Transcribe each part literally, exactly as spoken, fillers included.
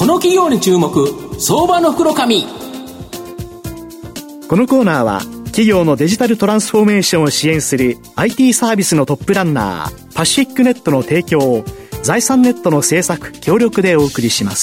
この企業に注目、相場の福の神。 このコーナーは企業のデジタルトランスフォーメーションを支援する アイティー サービスのトップランナーパシフィックネットの提供を財産ネットの制作協力でお送りします。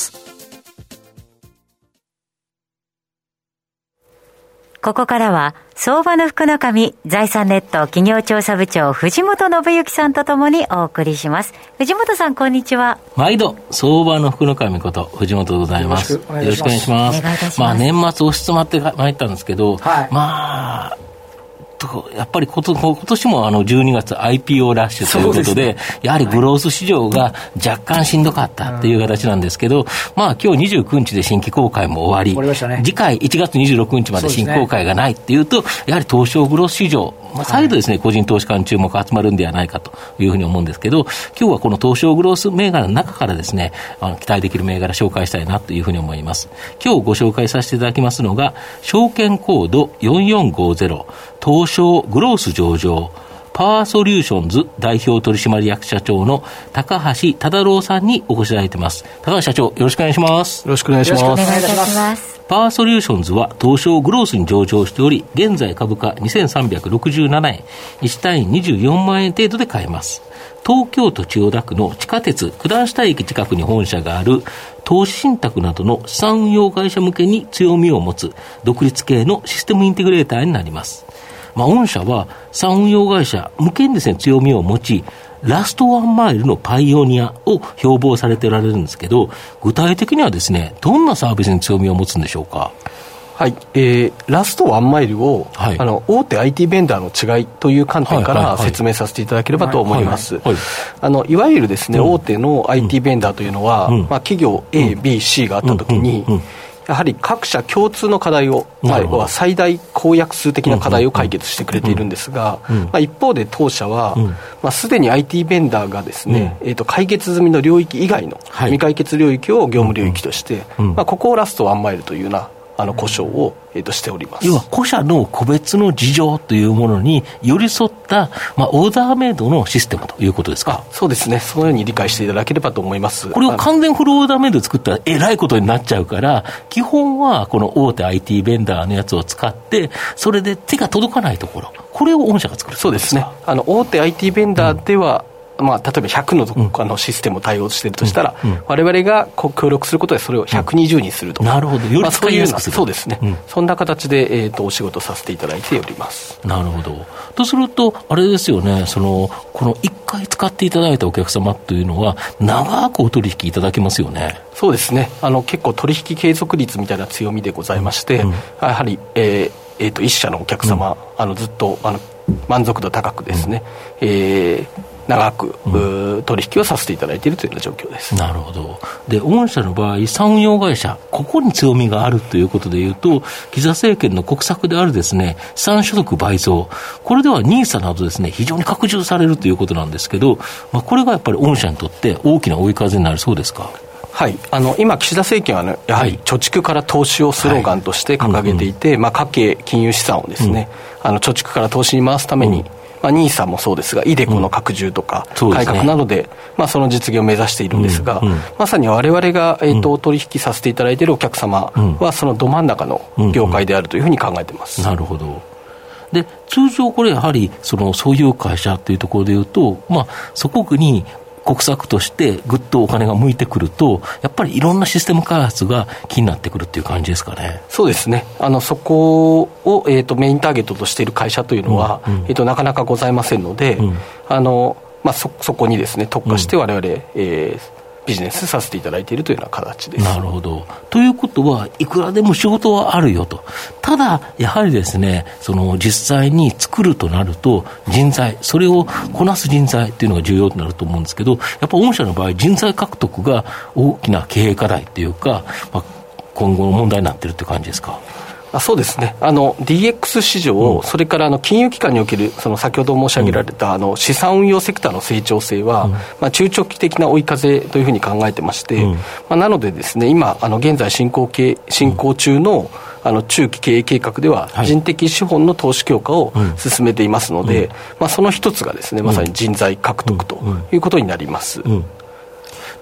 ここからは相場の福の神、財産ネット企業調査部長藤本信之さんとともにお送りします。藤本さん、こんにちは。 毎度相場の福の神こと藤本でございます。よろしくお願いします。 お願いいたします。 まあ、年末押し詰まってまいったんですけど、 はい、 まあやっぱりこと今年もあのじゅうにがつ アイピーオー ラッシュということ で, で、ね、やはりグロース市場が若干しんどかったという形なんですけど、まあ今日にじゅうくにちで新規公開も終わり、 終わりましたね、 次回いちがつにじゅうろくにちまで新公開がないっていうと、やはり東証グロース市場、まあ、再度ですね、はい、個人投資家に注目が集まるんではないかというふうに思うんですけど、今日はこの東証グロース銘柄の中からですね、あの期待できる銘柄紹介したいなというふうに思います。今日ご紹介させていただきますのが、証券コードよんよんごゼロ東証グロース上場パワーソリューションズ代表取締役社長の高橋忠郎さんにお越しいただいています。高橋社長、よろしくお願いします。 よろしくお願いします。 お願いいたします。 パワーソリューションズは東証グロースに上場しており、現在株価にせんさんびゃくろくじゅうななえん、いち単位にじゅうよんまんえん程度で買えます。東京都千代田区の地下鉄九段下駅近くに本社がある投資信託などの資産運用会社向けに強みを持つ独立系のシステムインテグレーターになります。まあ、御社は資産運用会社向けにですね、強みを持ち、ラストワンマイルのパイオニアを標榜されておられるんですけど、具体的にはですね、どんなサービスに強みを持つんでしょうか。 はい、えー、ラストワンマイルを、はい、あの大手 アイティー ベンダーの違いという観点から説明させていただければと思います。あのいわゆるですね、うん、大手の アイティー ベンダーというのは、うん、まあ、企業 A、B、C があったときに、うんうんうん、やはり各社共通の課題を、まあ、最大公約数的な課題を解決してくれているんですが、うんうんうん、まあ、一方で当社は、うんまあ、すでに アイティー ベンダーがですね、うんえー、と解決済みの領域以外の未解決領域を業務領域として、うんうんまあ、ここをラストワンマイルというようなあの故障を、えー、としております。 要は個社の個別の事情というものに寄り添った、まあ、オーダーメイドのシステムということですか。 そうですね、そのように理解していただければと思います。 これを完全フルオーダーメイドで作ったらえらいことになっちゃうから、基本はこの大手 アイティー ベンダーのやつを使って、それで手が届かないところ、これを御社が作る。 そうですね、あの大手 アイティー ベンダーでは、うんまあ、例えばひゃく の, あのシステムを対応しているとしたら、うんうん、我々が協力することでそれをひゃくにじゅうにするとか、 うん、なるほど、より使いやすくする、 まあ、そういうそうですね、うん、そんな形で、えー、とお仕事させていただいております。 なるほど。とするとあれですよね、そのこのいっかい使っていただいたお客様というのは長くお取引いただけますよね。 そうですね、あの結構取引継続率みたいな強みでございまして、うん、やはり、えーえー、と一社のお客様、うん、あのずっとあの満足度高くですね、うんえー長く、うん、取引をさせていただいているというような状況です。 なるほど。で、御社の場合、資産運用会社、ここに強みがあるということでいうと、岸田政権の国策であるですね、資産所得倍増、これではニーサなどですね、非常に拡充されるということなんですけど、まあ、これがやっぱり御社にとって大きな追い風になるそうですか。 はい、あの今、岸田政権は、ね、やはり貯蓄から投資をスローガンとして掲げていて、はいうんうんまあ、家計、金融資産をですね、うん、あの貯蓄から投資に回すために、うんまあ、ニーサもそうですが、イデコの拡充とか、改革などで、うん そ, で、ねまあ、その実現を目指しているんですが、うんうん、まさに我々が、えーと、取引させていただいているお客様は、そのど真ん中の業界であるというふうに考えています。 うんうん、なるほど。で、通常これやはり、その、そういう会社というところでいうと、まあ、そこに、国策としてぐっとお金が向いてくると、やっぱりいろんなシステム開発が気になってくるっていう感じですかね。 そうですね、あのそこを、えーと、メインターゲットとしている会社というのは、うんうんえーと、なかなかございませんので、うんあのまあ、そ, そこにですね特化して我々、うんえービジネスさせていただいているというような形です。 なるほど。ということはいくらでも仕事はあるよと。ただやはりですね、その実際に作るとなると人材、それをこなす人材っていうのが重要となると思うんですけど、やっぱ御社の場合人材獲得が大きな経営課題っていうか、まあ、今後の問題になっているって感じですか。 あそうですね、あの ディーエックス 市場、うん、それからあの金融機関におけるその先ほど申し上げられた、うん、あの資産運用セクターの成長性は、うんまあ、中長期的な追い風というふうに考えてまして、うんまあ、なのでですね、今あの現在進行形進行中の、うん、あの中期経営計画では人的資本の投資強化を進めていますので、うんまあ、その一つがですね、まさに人材獲得ということになります。うんうんうん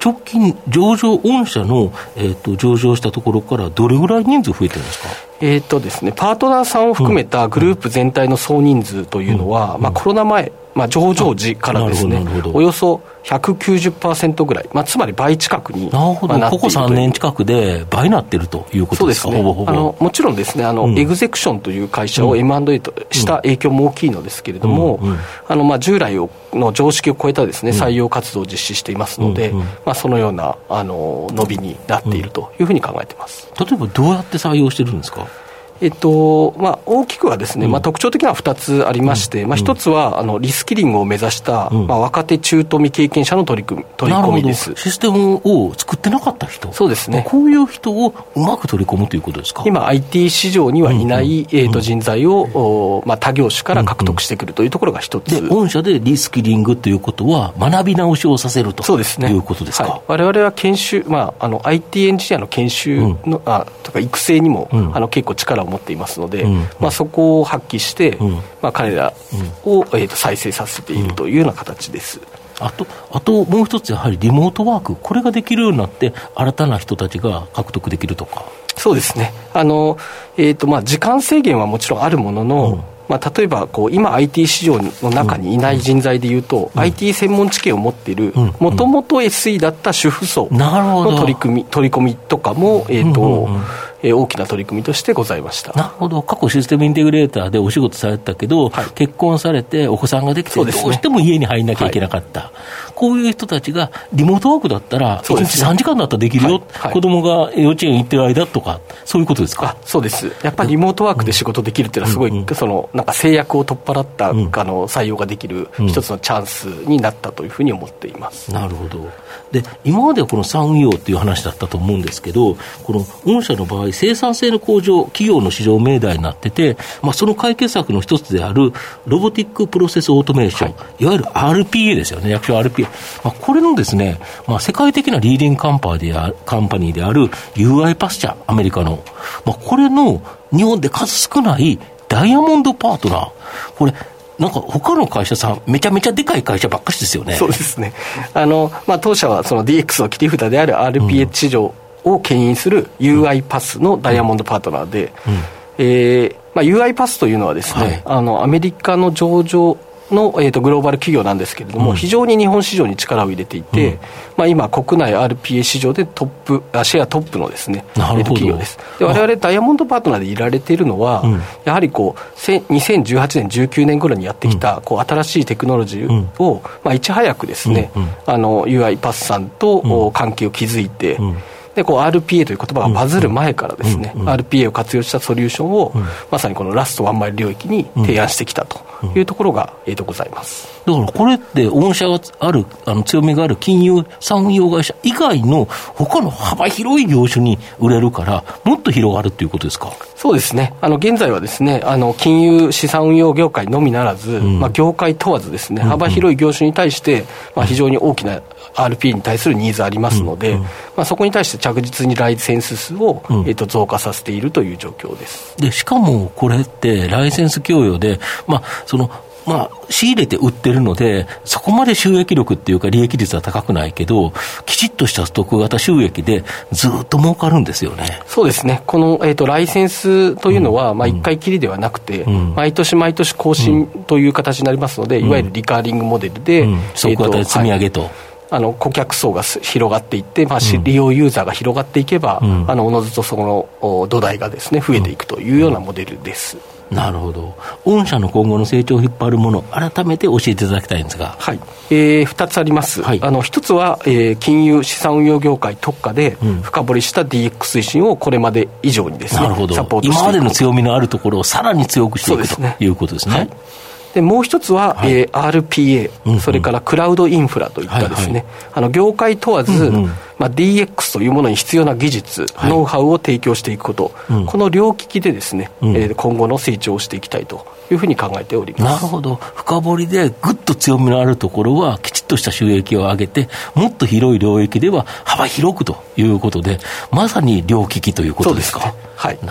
直近上場御社の、えー、と上場したところからどれぐらい人数増えてるんですか？ えーとですね、パートナーさんを含めたグループ全体の総人数というのは、うんまあ、コロナ前、まあ、上場時からですね、およそ ひゃくきゅうじゅっパーセント ぐらい、まあ、つまり倍近くに、 なるほど、まあ、ここさんねん近くで倍になっているということですか？ そうですね、 ほぼほぼ。 あのもちろんですね、あの、うん、エグゼクションという会社を エムアンドエー とした影響も大きいのですけれども、うんうん、あのまあ、従来の常識を超えたですね、採用活動を実施していますので、うんうんまあ、そのようなあの伸びになっているというふうに考えています。 例えばどうやって採用してるんですか？ えっとまあ、大きくはですね、まあ、特徴的にはふたつありまして、うんまあ、ひとつはあのリスキリングを目指した、うんまあ、若手中途未経験者の取り組み、取り込みです。 システムを作ってなかった人、 そうですね、 こういう人をうまく取り込むということですか？ 今 アイティー 市場にはいない、うんうんえー、と人材を、まあ、他業種から獲得してくるというところがひとつ、 で御社でリスキリングということは学び直しをさせるとそうです、ね、いうことですか？はい、 我々は研修、まあ、あの アイティー エンジニアの研修の、うん、あとか育成にも、うん、あの結構力を持っていますので、うんまあ、そこを発揮して、うんまあ、彼らを、えー、と再生させているというような形です。 あと、あともう一つやはりリモートワーク、これができるようになって新たな人たちが獲得できるとか。 そうですね、あの、えーとまあ、時間制限はもちろんあるものの、うんまあ、例えばこう今 アイティー 市場の中にいない人材でいうと、うん、アイティー 専門知見を持っているもともと エスイー だった主婦層の取り組み取り込みとかも、えーとうんうんうんえー、大きな取り組みとしてございました。 なるほど。過去システムインテグレーターでお仕事されたけど、はい、結婚されてお子さんができてどうしても家に入んなきゃいけなかった、はい、こういう人たちがリモートワークだったらいちにちさんじかんだったらできるよ、はいはい、子供が幼稚園行ってる間とかそういうことですか？ あ、そうです。やっぱりリモートワークで仕事できるっていうのはすごい、うん、そのなんか制約を取っ払った、うん、あの採用ができる一つのチャンスになったというふうに思っています、 うん、なるほど。で今まではこの産運用っていう話だったと思うんですけど、この御社の場合生産性の向上、企業の市場命題になってて、まあ、その解決策の一つであるロボティックプロセスオートメーション、はい、いわゆる アールピーエー ですよね、略称 アールピーエー、まあ、これのですね、まあ、世界的なリーディングカンパニーである、カンパニーである ユーアイ パスチャー、アメリカの、まあ、これの日本で数少ないダイヤモンドパートナー、これなんか他の会社さんめちゃめちゃでかい会社ばっかりですよね。 そうですね。あの、まあ、当社はその ディーエックス の切り札である アールピーエー 市場を牽引する ユーアイ パスのダイヤモンドパートナーで、うんうんえーまあ、ユーアイ パスというのはですね、はい、あのアメリカの上場の、えー、とグローバル企業なんですけれども、うん、非常に日本市場に力を入れていて、うんまあ、今国内 アールピーエー 市場でトップあシェアトップのですね、えー、と企業です。で我々ダイヤモンドパートナーでいられているのは、うん、やはりこうにせんじゅうはちねんじゅうきゅうねん頃にやってきた、うん、こう新しいテクノロジーを、うんまあ、いち早くですね、うんうん、あの ユーアイ パスさんと、うん、関係を築いて、うんでこう アールピーエー という言葉がバズる前からですね、うんうん、アールピーエー を活用したソリューションを、うん、まさにこのラストワンマイル領域に提案してきたというところが、うん、えーとございます。 だからこれって御社があるあの強みがある金融産運用会社以外の他の幅広い業種に売れるからもっと広がるということですか？ そうですね。あの現在はですね、あの金融資産運用業界のみならず、うんまあ、業界問わずですね、幅広い業種に対して、まあ、非常に大きな アールピーエー に対するニーズありますので、うんうんまあ、そこに対して着実にライセンス数を、うんえー、と増加させているという状況です。 でしかもこれってライセンス供与で、まあそのまあ、仕入れて売ってるのでそこまで収益力っていうか利益率は高くないけどきちっとしたストック型収益でずっと儲かるんですよね。 そうですね。この、えー、とライセンスというのは、うんまあ、いっかいきりではなくて、うん、毎年毎年更新という形になりますので、うん、いわゆるリカーリングモデルで、うん、 ストック型で積み上げと、はいあの顧客層が広がっていって、まあ、利用ユーザーが広がっていけば、うん、あのおのずとその土台がですね増えていくというようなモデルです、 うん、なるほど。御社の今後の成長を引っ張るもの改めて教えていただきたいんですが、 はいえー、ふたつあります、はい、あのひとつは、えー、金融資産運用業界特化で深掘りした ディーエックス 推進をこれまで以上にですねなるほどサポートしていく。 今までの強みのあるところをさらに強くしていくということですね。はいでもう一つは、はいえー、アールピーエー、うんうん、それからクラウドインフラといったですね、はいはい、あの業界問わず、うんうんまあ、ディーエックス というものに必要な技術、はい、ノウハウを提供していくこと、うん、この両利きでですね、うんえー、今後の成長をしていきたいというふうに考えております。 なるほど。深掘りでぐっと強みのあるところはきちっとした収益を上げてもっと広い領域では幅広くということでまさに両利きということですか。 そうですね。はい。 なるほど。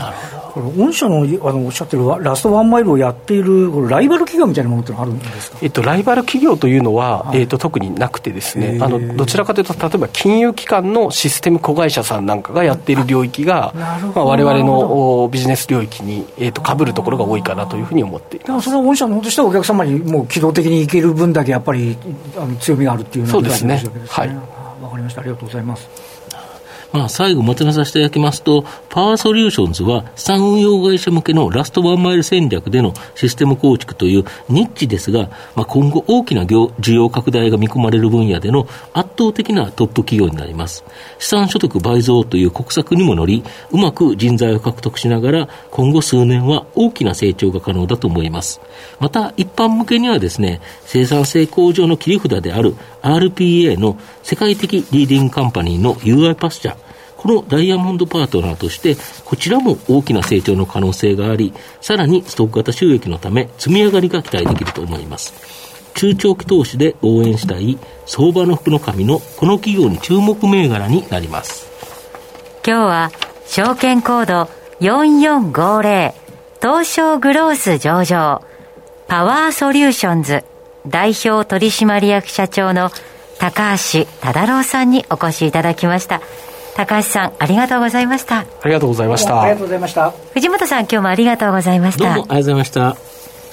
これ御社 の, あのおっしゃってるラストワンマイルをやっているこれライバル企業みたいなものってのはあるんですか？ えっと、ライバル企業というのは、はい、えっと、特になくてですね、あのどちらかというと例えば金融機関のシステム子会社さんなんかがやっている領域が、まあ、我々のビジネス領域に、えー、と被るところが多いかなというふうに思っています。 でもそれは御社の方としてはお客様にもう機動的にいける分だけやっぱりあの強みがあるっていうのが、 そうですね。はい。 わかりました。ありがとうございます。 まあ、最後まとめさせていただきますと、パワーソリューションズは資産運用会社向けのラストワンマイル戦略でのシステム構築というニッチですが、まあ、今後大きな需要拡大が見込まれる分野での圧倒的なトップ企業になります。資産所得倍増という国策にも乗り、うまく人材を獲得しながら今後数年は大きな成長が可能だと思います。また一般向けにはですね、生産性向上の切り札である アールピーエー の世界的リーディングカンパニーの ユーアイ パスチャー、このダイヤモンドパートナーとしてこちらも大きな成長の可能性があり、さらにストック型収益のため積み上がりが期待できると思います。中長期投資で応援したい相場の福の神のこの企業に注目銘柄になります。 今日は証券コードよんよんごゼロ東証グロース上場パワーソリューションズ代表取締役社長の高橋忠郎さんにお越しいただきました。高橋さん、ありがとうございました。 ありがとうございました。 ありがとうございました。 藤本さん、今日もありがとうございました。 どうもありがとうございました。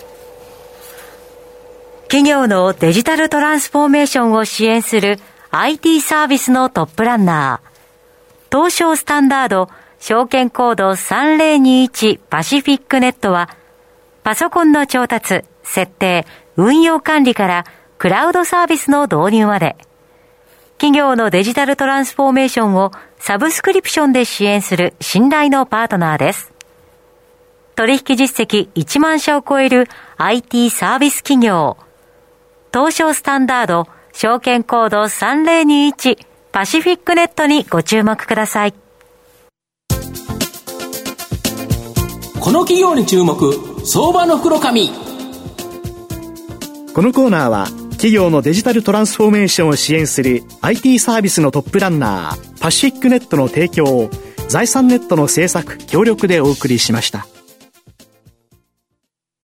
企業のデジタルトランスフォーメーションを支援する アイティー サービスのトップランナー、東証スタンダード証券コードさんぜろにいちパシフィックネットは、パソコンの調達、設定、運用管理からクラウドサービスの導入まで、企業のデジタルトランスフォーメーションをサブスクリプションで支援する信頼のパートナーです。取引実績いちまん社を超える アイティー サービス企業、東証スタンダード証券コードさんぜろにいちパシフィックネットにご注目ください。 この企業に注目、相場の袋紙。 このコーナーは企業のデジタルトランスフォーメーションを支援する アイティー サービスのトップランナーパシフィックネットの提供を財産ネットの制作協力でお送りしました。